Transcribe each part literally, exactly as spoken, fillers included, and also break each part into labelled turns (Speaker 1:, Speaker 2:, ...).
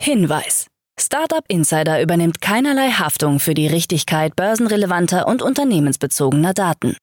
Speaker 1: Hinweis: Startup Insider übernimmt keinerlei Haftung für die Richtigkeit börsenrelevanter und unternehmensbezogener Daten.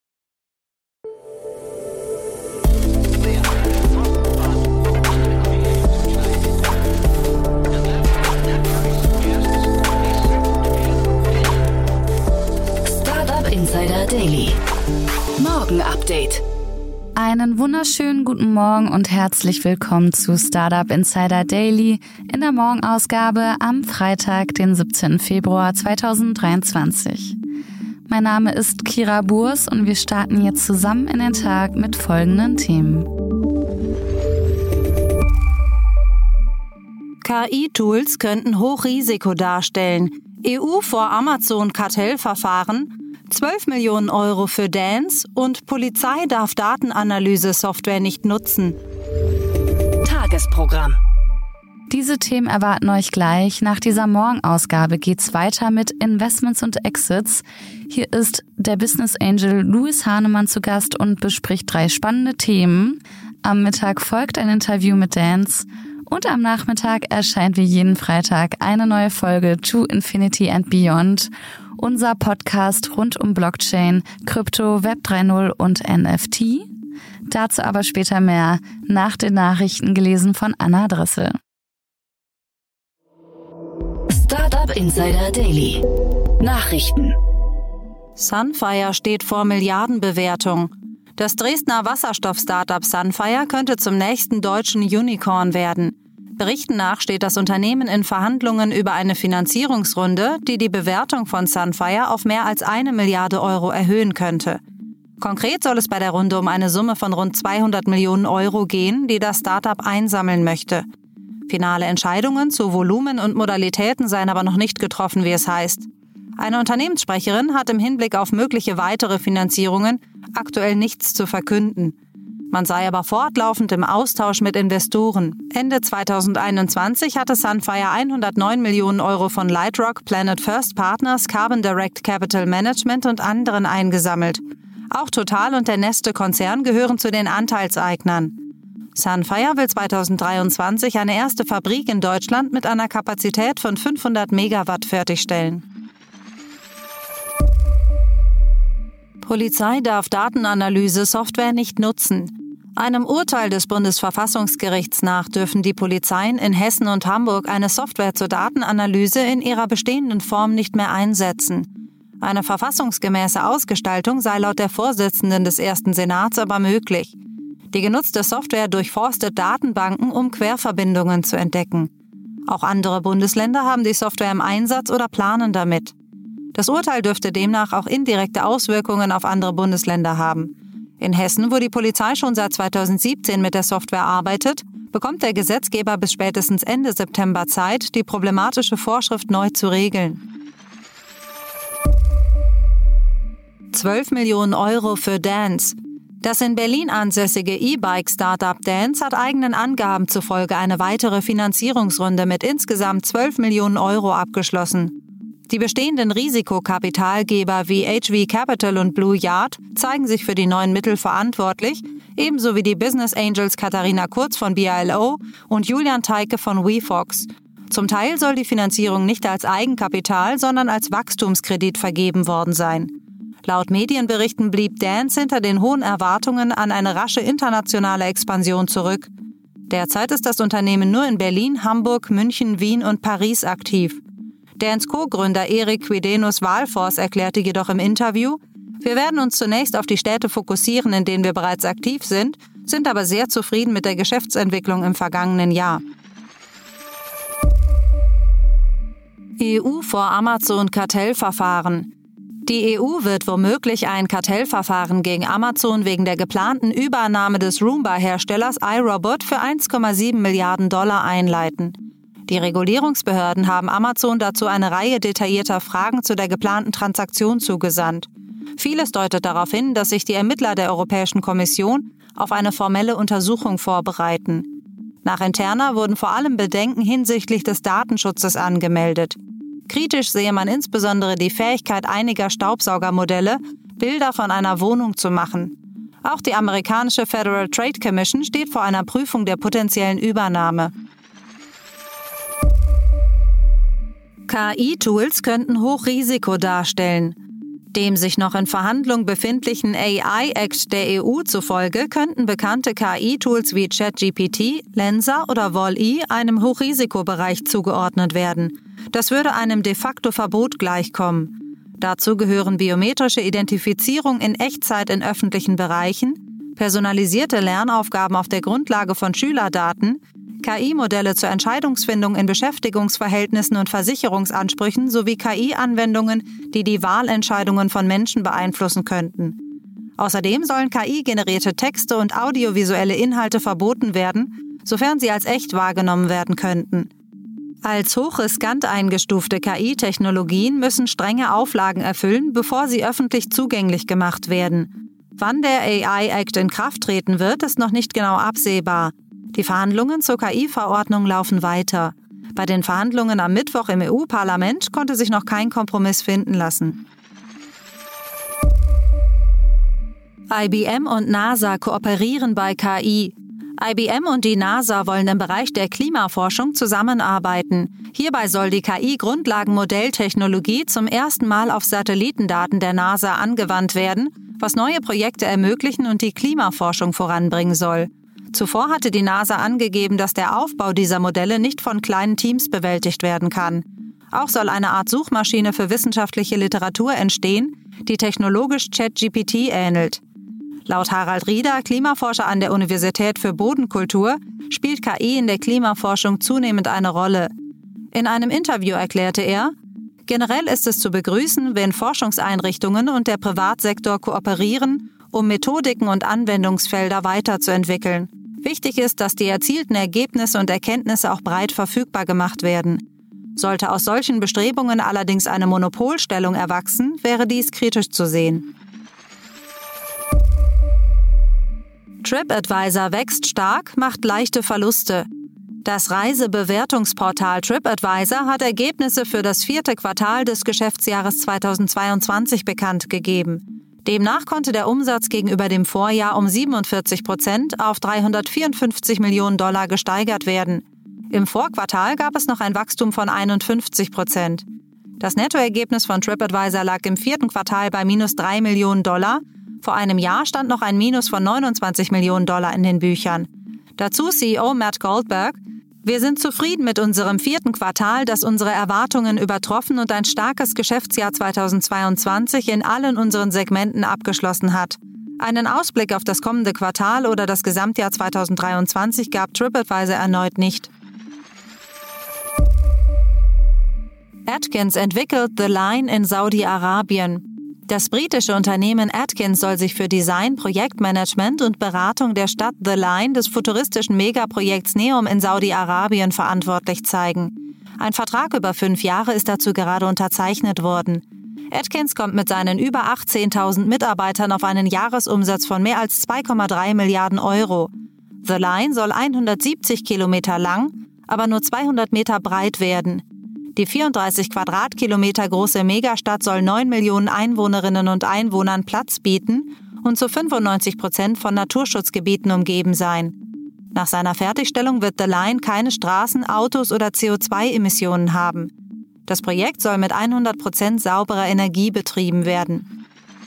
Speaker 1: Startup Insider Daily. Morgen Update.
Speaker 2: Einen wunderschönen guten Morgen und herzlich willkommen zu Startup Insider Daily in der Morgenausgabe am Freitag, den siebzehnten Februar zweitausenddreiundzwanzig. Mein Name ist Kira Burs und wir starten jetzt zusammen in den Tag mit folgenden Themen.
Speaker 3: K I-Tools könnten Hochrisiko darstellen. E U vor Amazon-Kartellverfahren, zwölf Millionen Euro für Dance und Polizei darf Datenanalyse-Software nicht nutzen.
Speaker 1: Tagesprogramm.
Speaker 2: Diese Themen erwarten euch gleich. Nach dieser Morgenausgabe geht's weiter mit Investments und Exits. Hier ist der Business Angel Louis Hahnemann zu Gast und bespricht drei spannende Themen. Am Mittag folgt ein Interview mit Dance. Und am Nachmittag erscheint wie jeden Freitag eine neue Folge To Infinity and Beyond, unser Podcast rund um Blockchain, Krypto, Web drei Punkt null und N F T. Dazu aber später mehr, nach den Nachrichten gelesen von Anna Dressel.
Speaker 1: Startup Insider Daily. Nachrichten.
Speaker 3: Sunfire steht vor Milliardenbewertung. Das Dresdner Wasserstoff-Startup Sunfire könnte zum nächsten deutschen Unicorn werden. Berichten nach steht das Unternehmen in Verhandlungen über eine Finanzierungsrunde, die die Bewertung von Sunfire auf mehr als eine Milliarde Euro erhöhen könnte. Konkret soll es bei der Runde um eine Summe von rund zweihundert Millionen Euro gehen, die das Startup einsammeln möchte. Finale Entscheidungen zu Volumen und Modalitäten seien aber noch nicht getroffen, wie es heißt. Eine Unternehmenssprecherin hat im Hinblick auf mögliche weitere Finanzierungen aktuell nichts zu verkünden. Man sei aber fortlaufend im Austausch mit Investoren. Ende zweitausendeinundzwanzig hatte Sunfire hundertneun Millionen Euro von Lightrock, Planet First Partners, Carbon Direct Capital Management und anderen eingesammelt. Auch Total und der Neste-Konzern gehören zu den Anteilseignern. Sunfire will zweitausenddreiundzwanzig eine erste Fabrik in Deutschland mit einer Kapazität von fünfhundert Megawatt fertigstellen. Polizei darf Datenanalyse-Software nicht nutzen. Einem Urteil des Bundesverfassungsgerichts nach dürfen die Polizeien in Hessen und Hamburg eine Software zur Datenanalyse in ihrer bestehenden Form nicht mehr einsetzen. Eine verfassungsgemäße Ausgestaltung sei laut der Vorsitzenden des ersten Senats aber möglich. Die genutzte Software durchforstet Datenbanken, um Querverbindungen zu entdecken. Auch andere Bundesländer haben die Software im Einsatz oder planen damit. Das Urteil dürfte demnach auch indirekte Auswirkungen auf andere Bundesländer haben. In Hessen, wo die Polizei schon seit zweitausendsiebzehn mit der Software arbeitet, bekommt der Gesetzgeber bis spätestens Ende September Zeit, die problematische Vorschrift neu zu regeln. zwölf Millionen Euro für Dance. Das in Berlin ansässige E-Bike-Startup Dance hat eigenen Angaben zufolge eine weitere Finanzierungsrunde mit insgesamt zwölf Millionen Euro abgeschlossen. Die bestehenden Risikokapitalgeber wie H V Capital und Blue Yard zeigen sich für die neuen Mittel verantwortlich, ebenso wie die Business Angels Katharina Kurz von B I L O und Julian Teike von WeFox. Zum Teil soll die Finanzierung nicht als Eigenkapital, sondern als Wachstumskredit vergeben worden sein. Laut Medienberichten blieb Dance hinter den hohen Erwartungen an eine rasche internationale Expansion zurück. Derzeit ist das Unternehmen nur in Berlin, Hamburg, München, Wien und Paris aktiv. Dance Co-Gründer Erik Quidenus Walfors erklärte jedoch im Interview: Wir werden uns zunächst auf die Städte fokussieren, in denen wir bereits aktiv sind, sind aber sehr zufrieden mit der Geschäftsentwicklung im vergangenen Jahr. E U vor Amazon-Kartellverfahren. Die E U wird womöglich ein Kartellverfahren gegen Amazon wegen der geplanten Übernahme des Roomba-Herstellers iRobot für eins Komma sieben Milliarden Dollar einleiten. Die Regulierungsbehörden haben Amazon dazu eine Reihe detaillierter Fragen zu der geplanten Transaktion zugesandt. Vieles deutet darauf hin, dass sich die Ermittler der Europäischen Kommission auf eine formelle Untersuchung vorbereiten. Nach Interna wurden vor allem Bedenken hinsichtlich des Datenschutzes angemeldet. Kritisch sehe man insbesondere die Fähigkeit einiger Staubsaugermodelle, Bilder von einer Wohnung zu machen. Auch die amerikanische Federal Trade Commission steht vor einer Prüfung der potenziellen Übernahme. K I-Tools könnten Hochrisiko darstellen. Dem sich noch in Verhandlung befindlichen A I-Act der E U zufolge könnten bekannte K I-Tools wie ChatGPT, Lensa oder Wall-E einem Hochrisikobereich zugeordnet werden. Das würde einem de facto Verbot gleichkommen. Dazu gehören biometrische Identifizierung in Echtzeit in öffentlichen Bereichen, personalisierte Lernaufgaben auf der Grundlage von Schülerdaten, K I-Modelle zur Entscheidungsfindung in Beschäftigungsverhältnissen und Versicherungsansprüchen sowie K I-Anwendungen, die die Wahlentscheidungen von Menschen beeinflussen könnten. Außerdem sollen K I-generierte Texte und audiovisuelle Inhalte verboten werden, sofern sie als echt wahrgenommen werden könnten. Als hochriskant eingestufte K I-Technologien müssen strenge Auflagen erfüllen, bevor sie öffentlich zugänglich gemacht werden. Wann der A I-Act in Kraft treten wird, ist noch nicht genau absehbar. Die Verhandlungen zur K I-Verordnung laufen weiter. Bei den Verhandlungen am Mittwoch im E U-Parlament konnte sich noch kein Kompromiss finden lassen. I B M und NASA kooperieren bei K I. I B M und die NASA wollen im Bereich der Klimaforschung zusammenarbeiten. Hierbei soll die K I-Grundlagenmodelltechnologie zum ersten Mal auf Satellitendaten der NASA angewandt werden, was neue Projekte ermöglichen und die Klimaforschung voranbringen soll. Zuvor hatte die NASA angegeben, dass der Aufbau dieser Modelle nicht von kleinen Teams bewältigt werden kann. Auch soll eine Art Suchmaschine für wissenschaftliche Literatur entstehen, die technologisch ChatGPT ähnelt. Laut Harald Rieder, Klimaforscher an der Universität für Bodenkultur, spielt K I in der Klimaforschung zunehmend eine Rolle. In einem Interview erklärte er, generell ist es zu begrüßen, wenn Forschungseinrichtungen und der Privatsektor kooperieren, um Methodiken und Anwendungsfelder weiterzuentwickeln. Wichtig ist, dass die erzielten Ergebnisse und Erkenntnisse auch breit verfügbar gemacht werden. Sollte aus solchen Bestrebungen allerdings eine Monopolstellung erwachsen, wäre dies kritisch zu sehen. TripAdvisor wächst stark, macht leichte Verluste. Das Reisebewertungsportal TripAdvisor hat Ergebnisse für das vierte Quartal des Geschäftsjahres zweitausendzweiundzwanzig bekannt gegeben. Demnach konnte der Umsatz gegenüber dem Vorjahr um siebenundvierzig Prozent auf dreihundertvierundfünfzig Millionen Dollar gesteigert werden. Im Vorquartal gab es noch ein Wachstum von einundfünfzig Prozent. Das Nettoergebnis von TripAdvisor lag im vierten Quartal bei minus drei Millionen Dollar. Vor einem Jahr stand noch ein Minus von neunundzwanzig Millionen Dollar in den Büchern. Dazu C E O Matt Goldberg: Wir sind zufrieden mit unserem vierten Quartal, das unsere Erwartungen übertroffen und ein starkes Geschäftsjahr zweitausendzweiundzwanzig in allen unseren Segmenten abgeschlossen hat. Einen Ausblick auf das kommende Quartal oder das Gesamtjahr zweitausenddreiundzwanzig gab TripAdvisor erneut nicht. Atkins entwickelt The Line in Saudi-Arabien. Das britische Unternehmen Atkins soll sich für Design, Projektmanagement und Beratung der Stadt The Line des futuristischen Megaprojekts NEOM in Saudi-Arabien verantwortlich zeigen. Ein Vertrag über fünf Jahre ist dazu gerade unterzeichnet worden. Atkins kommt mit seinen über achtzehntausend Mitarbeitern auf einen Jahresumsatz von mehr als zwei Komma drei Milliarden Euro. The Line soll hundertsiebzig Kilometer lang, aber nur zweihundert Meter breit werden. Die vierunddreißig Quadratkilometer große Megastadt soll neun Millionen Einwohnerinnen und Einwohnern Platz bieten und zu fünfundneunzig Prozent von Naturschutzgebieten umgeben sein. Nach seiner Fertigstellung wird The Line keine Straßen, Autos oder C O zwei Emissionen haben. Das Projekt soll mit hundert Prozent sauberer Energie betrieben werden.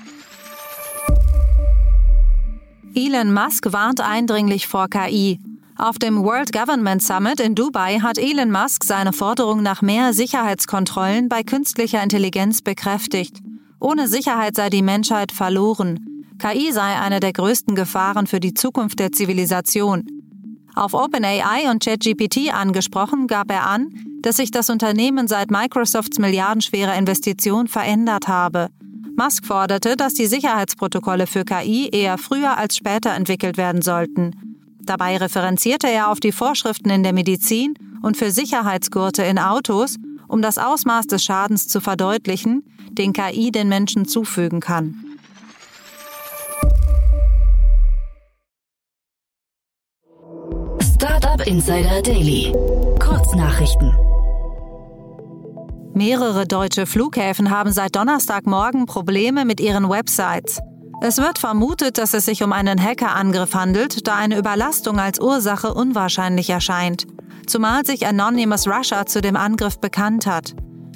Speaker 3: Elon Musk warnt eindringlich vor K I. Auf dem World Government Summit in Dubai hat Elon Musk seine Forderung nach mehr Sicherheitskontrollen bei künstlicher Intelligenz bekräftigt. Ohne Sicherheit sei die Menschheit verloren. K I sei eine der größten Gefahren für die Zukunft der Zivilisation. Auf OpenAI und ChatGPT angesprochen, gab er an, dass sich das Unternehmen seit Microsofts milliardenschwerer Investition verändert habe. Musk forderte, dass die Sicherheitsprotokolle für K I eher früher als später entwickelt werden sollten. Dabei referenzierte er auf die Vorschriften in der Medizin und für Sicherheitsgurte in Autos, um das Ausmaß des Schadens zu verdeutlichen, den K I den Menschen zufügen kann.
Speaker 1: Startup Insider Daily. Kurznachrichten.
Speaker 3: Mehrere deutsche Flughäfen haben seit Donnerstagmorgen Probleme mit ihren Websites. Es wird vermutet, dass es sich um einen Hackerangriff handelt, da eine Überlastung als Ursache unwahrscheinlich erscheint. Zumal sich Anonymous Russia zu dem Angriff bekannt hat.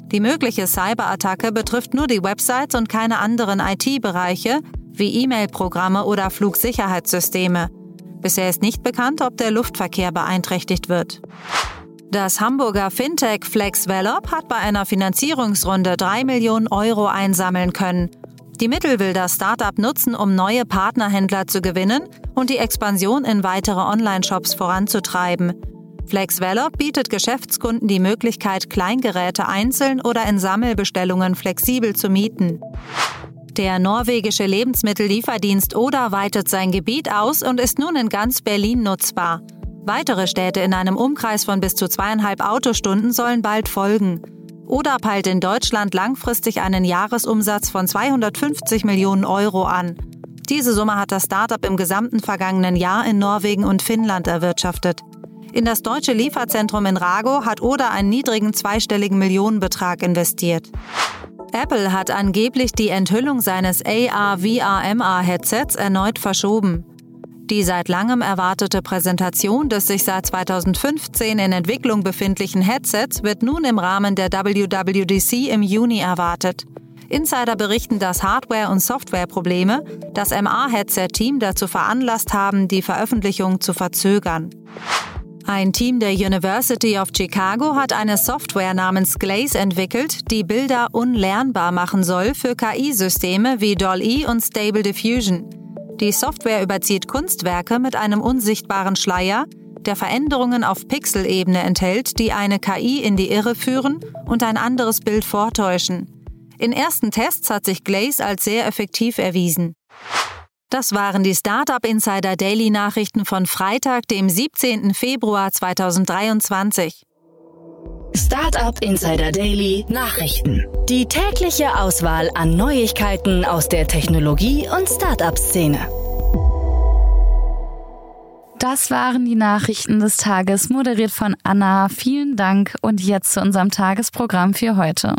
Speaker 3: Die mögliche Cyberattacke betrifft nur die Websites und keine anderen I T-Bereiche wie E-Mail-Programme oder Flugsicherheitssysteme. Bisher ist nicht bekannt, ob der Luftverkehr beeinträchtigt wird. Das Hamburger Fintech FlexValop hat bei einer Finanzierungsrunde drei Millionen Euro einsammeln können. Die Mittel will das Startup nutzen, um neue Partnerhändler zu gewinnen und die Expansion in weitere Online-Shops voranzutreiben. FlexValop bietet Geschäftskunden die Möglichkeit, Kleingeräte einzeln oder in Sammelbestellungen flexibel zu mieten. Der norwegische Lebensmittellieferdienst Oda weitet sein Gebiet aus und ist nun in ganz Berlin nutzbar. Weitere Städte in einem Umkreis von bis zu zweieinhalb Autostunden sollen bald folgen. Oda peilt in Deutschland langfristig einen Jahresumsatz von zweihundertfünfzig Millionen Euro an. Diese Summe hat das Startup im gesamten vergangenen Jahr in Norwegen und Finnland erwirtschaftet. In das deutsche Lieferzentrum in Rago hat Oda einen niedrigen zweistelligen Millionenbetrag investiert. Apple hat angeblich die Enthüllung seines A R V R M R-Headsets erneut verschoben. Die seit langem erwartete Präsentation des sich seit zweitausendfünfzehn in Entwicklung befindlichen Headsets wird nun im Rahmen der W W D C im Juni erwartet. Insider berichten, dass Hardware- und Softwareprobleme das M R-Headset-Team dazu veranlasst haben, die Veröffentlichung zu verzögern. Ein Team der University of Chicago hat eine Software namens Glaze entwickelt, die Bilder unlernbar machen soll für K I-Systeme wie D A L L-E und Stable Diffusion. Die Software überzieht Kunstwerke mit einem unsichtbaren Schleier, der Veränderungen auf Pixelebene enthält, die eine K I in die Irre führen und ein anderes Bild vortäuschen. In ersten Tests hat sich Glaze als sehr effektiv erwiesen. Das waren die Startup Insider Daily Nachrichten von Freitag, dem siebzehnten Februar zweitausenddreiundzwanzig.
Speaker 1: Startup Insider Daily Nachrichten. Die tägliche Auswahl an Neuigkeiten aus der Technologie- und Startup-Szene.
Speaker 2: Das waren die Nachrichten des Tages, moderiert von Anna. Vielen Dank und jetzt zu unserem Tagesprogramm für heute.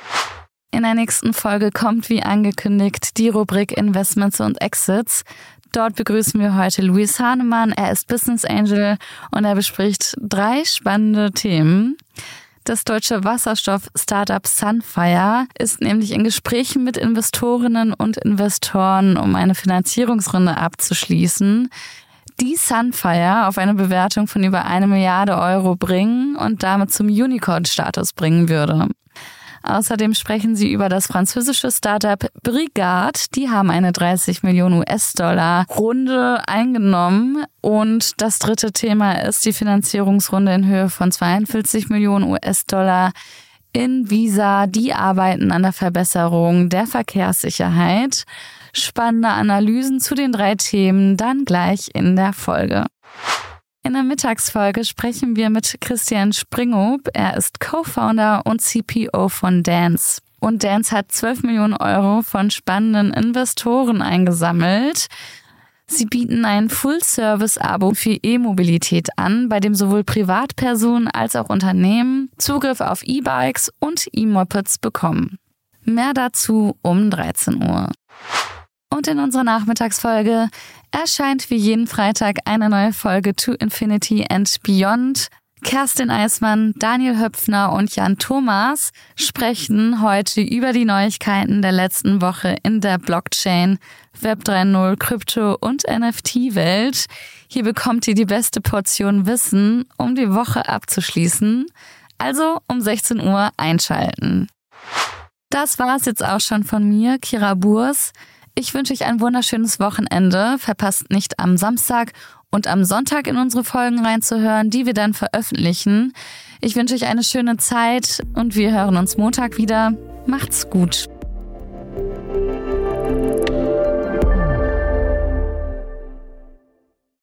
Speaker 2: In der nächsten Folge kommt, wie angekündigt, die Rubrik Investments und Exits. Dort begrüßen wir heute Luis Hahnemann. Er ist Business Angel und er bespricht drei spannende Themen. Das deutsche Wasserstoff-Startup Sunfire ist nämlich in Gesprächen mit Investorinnen und Investoren, um eine Finanzierungsrunde abzuschließen, die Sunfire auf eine Bewertung von über eine Milliarde Euro bringen und damit zum Unicorn-Status bringen würde. Außerdem sprechen sie über das französische Startup Brigade. Die haben eine dreißig Millionen US-Dollar Runde eingenommen. Und das dritte Thema ist die Finanzierungsrunde in Höhe von zweiundvierzig Millionen US-Dollar in Visa. Die arbeiten an der Verbesserung der Verkehrssicherheit. Spannende Analysen zu den drei Themen dann gleich in der Folge. In der Mittagsfolge sprechen wir mit Christian Springhoop. Er ist Co-Founder und C P O von Dance. Und Dance hat zwölf Millionen Euro von spannenden Investoren eingesammelt. Sie bieten ein Full-Service-Abo für E-Mobilität an, bei dem sowohl Privatpersonen als auch Unternehmen Zugriff auf E-Bikes und E-Mopeds bekommen. Mehr dazu um dreizehn Uhr. Und in unserer Nachmittagsfolge erscheint wie jeden Freitag eine neue Folge To Infinity and Beyond. Kerstin Eismann, Daniel Höpfner und Jan Thomas sprechen heute über die Neuigkeiten der letzten Woche in der Blockchain, Web drei Punkt null, Krypto- und N F T-Welt. Hier bekommt ihr die beste Portion Wissen, um die Woche abzuschließen. Also um sechzehn Uhr einschalten. Das war's jetzt auch schon von mir, Kira Burs. Ich wünsche euch ein wunderschönes Wochenende. Verpasst nicht am Samstag und am Sonntag in unsere Folgen reinzuhören, die wir dann veröffentlichen. Ich wünsche euch eine schöne Zeit und wir hören uns Montag wieder. Macht's gut.